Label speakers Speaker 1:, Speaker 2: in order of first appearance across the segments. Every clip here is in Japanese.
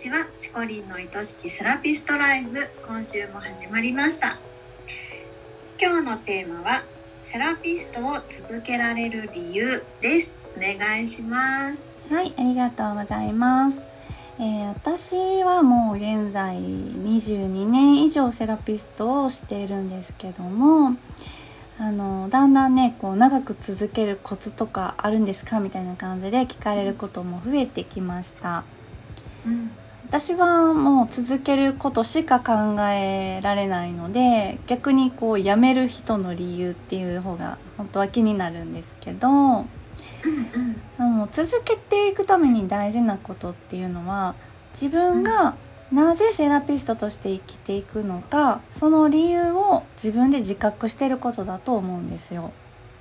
Speaker 1: ちは。チコリンの愛しきセラピストライフ、今週も始まりました。今日のテーマはセラピストを続けられる理由です。お願いします。
Speaker 2: はい、ありがとうございます。私はもう現在22年以上セラピストをしているんですけども、だんだんね長く続けるコツとかあるんですかみたいな感じで聞かれることも増えてきました。私はもう続けることしか考えられないので、逆に辞める人の理由っていう方が本当は気になるんですけど、もう続けていくために大事なことっていうのは、自分がなぜセラピストとして生きていくのか、その理由を自分で自覚していることだと思うんですよ。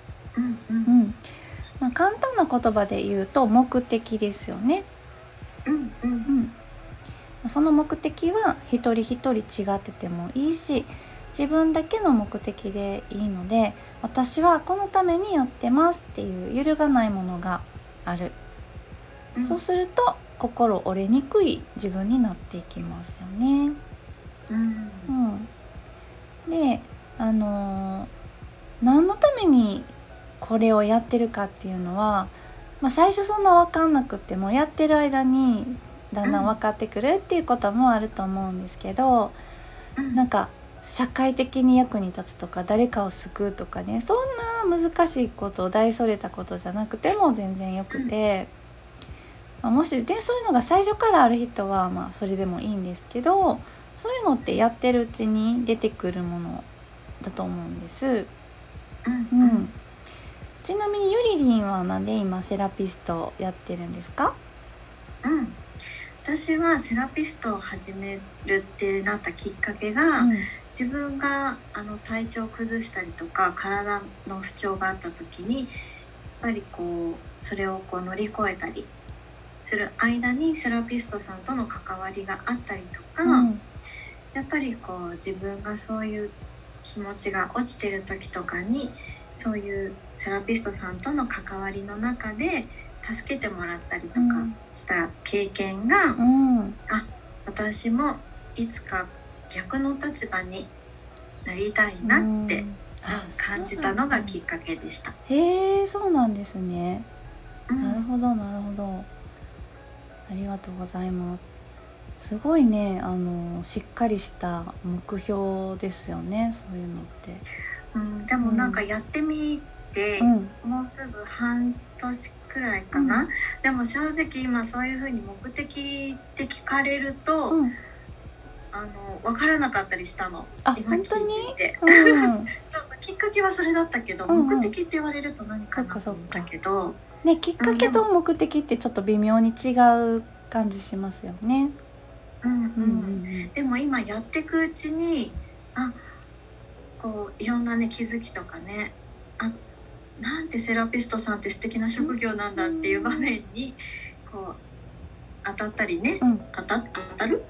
Speaker 2: 簡単な言葉で言うと目的ですよね。その目的は一人一人違っててもいいし、自分だけの目的でいいので、私はこのためにやってますっていう揺るがないものがある。そうすると心折れにくい自分になっていきますよね。で、何のためにこれをやってるかっていうのは、最初そんな分かんなくても、やってる間にだんだん分かってくるっていうこともあると思うんですけど、なんか社会的に役に立つとか、誰かを救うとかね、そんな難しいことを大それたことじゃなくても全然よくて、もしそういうのが最初からある人はそれでもいいんですけど、そういうのってやってるうちに出てくるものだと思うんです。ちなみにゆりりんはなんで今セラピストやってるんですか？
Speaker 1: 私はセラピストを始めるってなったきっかけが、自分が体調を崩したりとか体の不調があった時に、やっぱりそれを乗り越えたりする間にセラピストさんとの関わりがあったりとか、やっぱり自分がそういう気持ちが落ちてる時とかに、そういうセラピストさんとの関わりの中で助けてもらったりとかした経験が、私もいつか逆の立場になりたいなって感じたのがきっかけでした。
Speaker 2: へえ、そうなんですね。なるほどなるほど。ありがとうございます。すごいね、しっかりした目標ですよね、そういうのって。
Speaker 1: でもやってみて、もうすぐ半年くらいかな。でも正直今そういうふうに目的って聞かれると、分からなかったりしたの。今聞いていて。そうきっかけはそれだったけど、目的って言われると何かなと思ったけど、
Speaker 2: ね、きっかけと目的ってちょっと微妙に違う感じしますよね。
Speaker 1: でも今やっていくうちにいろんなね気づきとかね、なんてセラピストさんって素敵な職業なんだっていう場面に当たったりね、当たる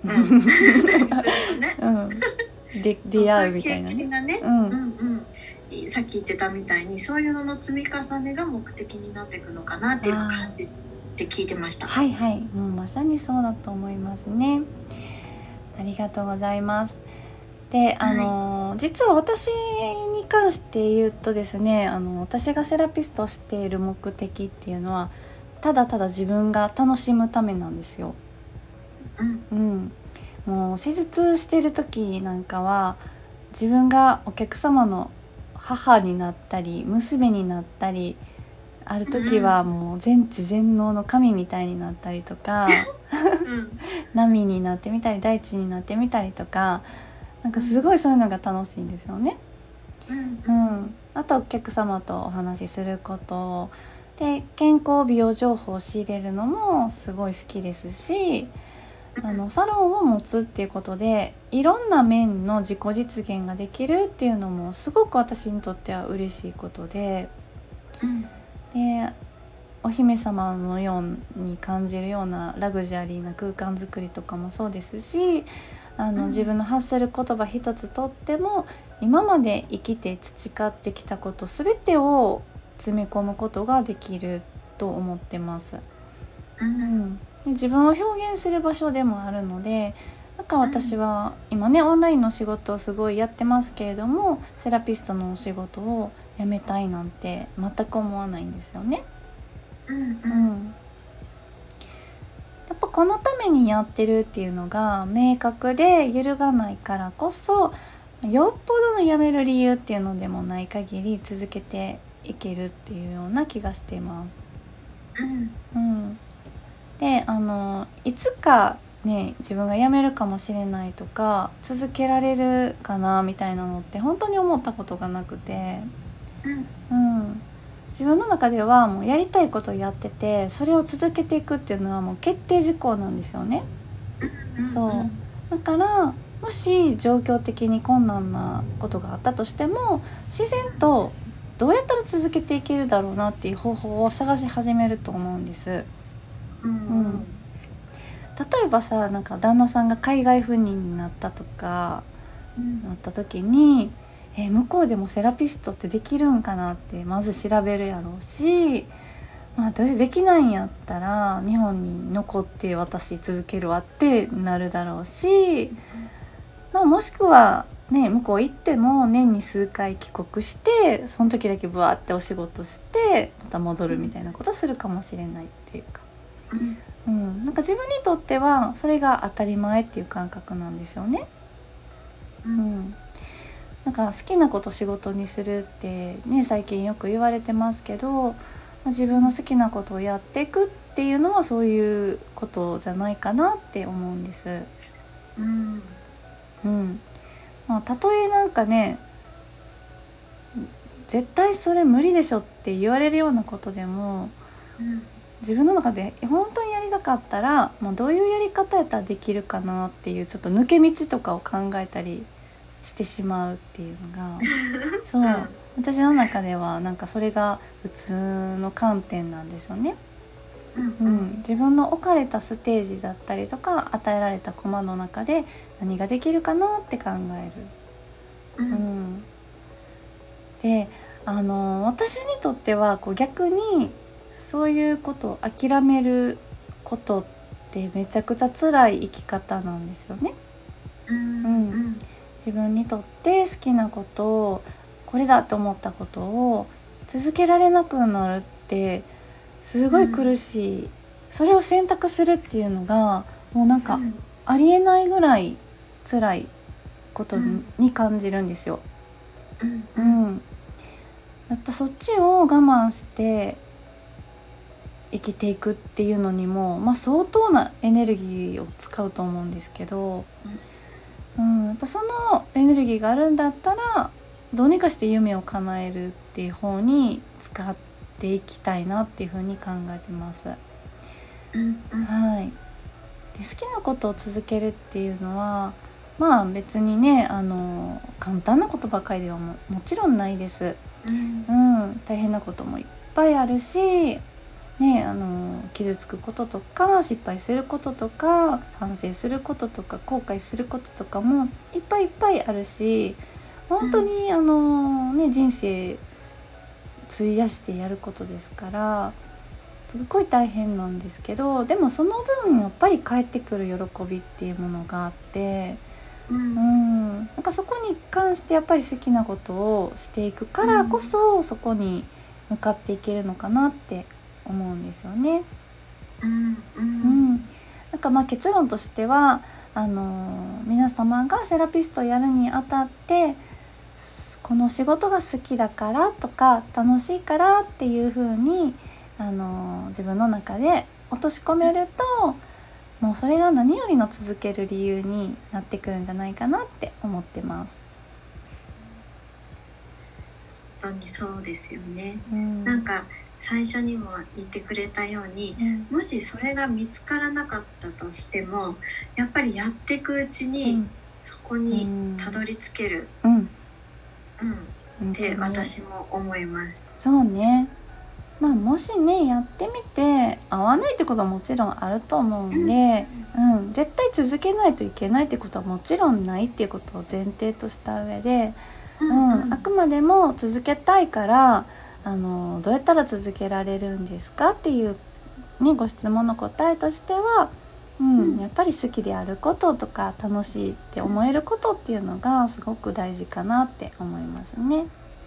Speaker 2: 出会うみたいなね。
Speaker 1: そういう経験がね、さっき言ってたみたいに、そういうのの積み重ねが目的になっていくのかなっていう感じで聞いてました。
Speaker 2: はいはい、もうまさにそうだと思いますね。ありがとうございます。で、実は私に関して言うとですね、私がセラピストしている目的っていうのは、ただただ自分が楽しむためなんですよ。もう手術してる時なんかは、自分がお客様の母になったり娘になったり、ある時はもう全知全能の神みたいになったりとか波になってみたり大地になってみたりとか、すごいそういうのが楽しいんですよね。あとお客様とお話しすることで、健康美容情報を仕入れるのもすごい好きですし、サロンを持つっていうことでいろんな面の自己実現ができるっていうのもすごく私にとっては嬉しいことで、でお姫様のように感じるようなラグジュアリーな空間づくりとかもそうですし、自分の発する言葉一つとっても、今まで生きて培ってきたこと全てを詰め込むことができると思ってます。 自分を表現する場所でもあるので、だから私は今ねオンラインの仕事をすごいやってますけれども、セラピストのお仕事を辞めたいなんて全く思わないんですよね。やっぱこのためにやってるっていうのが明確で揺るがないからこそ、よっぽどのやめる理由っていうのでもない限り続けていけるっていうような気がしています。でいつかね自分が辞めるかもしれないとか続けられるかなみたいなのって本当に思ったことがなくて、自分の中ではもうやりたいことをやってて、それを続けていくっていうのはもう決定事項なんですよね。そうだからもし状況的に困難なことがあったとしても、自然とどうやったら続けていけるだろうなっていう方法を探し始めると思うんです。例えばさ、なんか旦那さんが海外赴任になったとか、なった時に向こうでもセラピストってできるんかなってまず調べるやろうし、できないんやったら日本に残って私続けるわってなるだろうし、もしくはね向こう行っても年に数回帰国してその時だけブワーってお仕事してまた戻るみたいなことするかもしれないっていうか、なんか自分にとってはそれが当たり前っていう感覚なんですよね。なんか好きなこと仕事にするってね最近よく言われてますけど、自分の好きなことをやっていくっていうのはそういうことじゃないかなって思うんです。たとえなんかね絶対それ無理でしょって言われるようなことでも、自分の中で本当にやりたかったら、どういうやり方やったらできるかなっていうちょっと抜け道とかを考えたりしてしまうっていうのがそう私の中ではなんかそれが普通の観点なんですよね。自分の置かれたステージだったりとか与えられたコマの中で何ができるかなって考える。で私にとってはこう逆にそういうことを諦めることってめちゃくちゃ辛い生き方なんですよね。自分にとって好きなことをこれだと思ったことを続けられなくなるってすごい苦しい、それを選択するっていうのがもうなんかありえないぐらい辛いことに感じるんですよ。やっぱそっちを我慢して生きていくっていうのにも、相当なエネルギーを使うと思うんですけど、やっぱそのエネルギーがあるんだったらどうにかして夢を叶えるっていう方に使っていきたいなっていうふうに考えてます。で好きなことを続けるっていうのは別にね簡単なことばかりでは もちろんないです。大変なこともいっぱいあるし傷つくこととか失敗することとか反省することとか後悔することとかもいっぱいいっぱいあるし、本当に人生費やしてやることですからすごい大変なんですけど、でもその分やっぱり返ってくる喜びっていうものがあって、なんかそこに関してやっぱり好きなことをしていくからこそ、そこに向かっていけるのかなって思うんですよね。なんか結論としては皆様がセラピストをやるにあたってこの仕事が好きだからとか楽しいからっていう風に自分の中で落とし込めるともうそれが何よりの続ける理由になってくるんじゃないかなって思ってます。
Speaker 1: 本当にそうですよね。なんか最初にも言ってくれたように、もしそれが見つからなかったとしてもやっぱりやっていくうちに、そこにたどり着ける、って私も思います。
Speaker 2: そうね。もしねやってみて合わないってことはもちろんあると思うんで、絶対続けないといけないってことはもちろんないっていうことを前提とした上で、あくまでも続けたいからどうやったら続けられるんですかっていうね、ご質問の答えとしては、やっぱり好きであることとか楽しいって思えることっていうのがすごく大事かなって思いますね。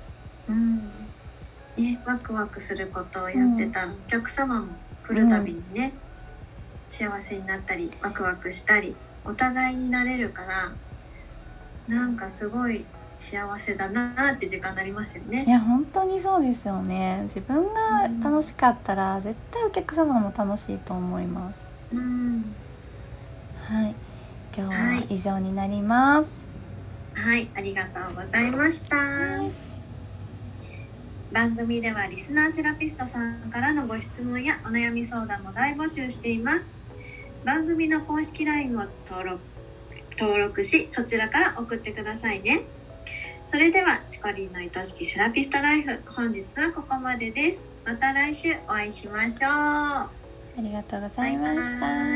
Speaker 1: ワクワクすることをやってた、お客様も来るたびにね、幸せになったりワクワクしたりお互いになれるから、なんかすごい幸せだなって時間になりますよね。
Speaker 2: いや本当にそうですよね。自分が楽しかったら、絶対お客様も楽しいと思います。はい、今日は以上になります。
Speaker 1: はい、ありがとうございました。番組ではリスナーセラピストさんからのご質問やお悩み相談も大募集しています。番組の公式 LINE を登録し、そちらから送ってくださいね。それではチコリンの愛しきセラピストライフ、本日はここまでです。また来週お会いしましょう。あ
Speaker 2: りがとうございました。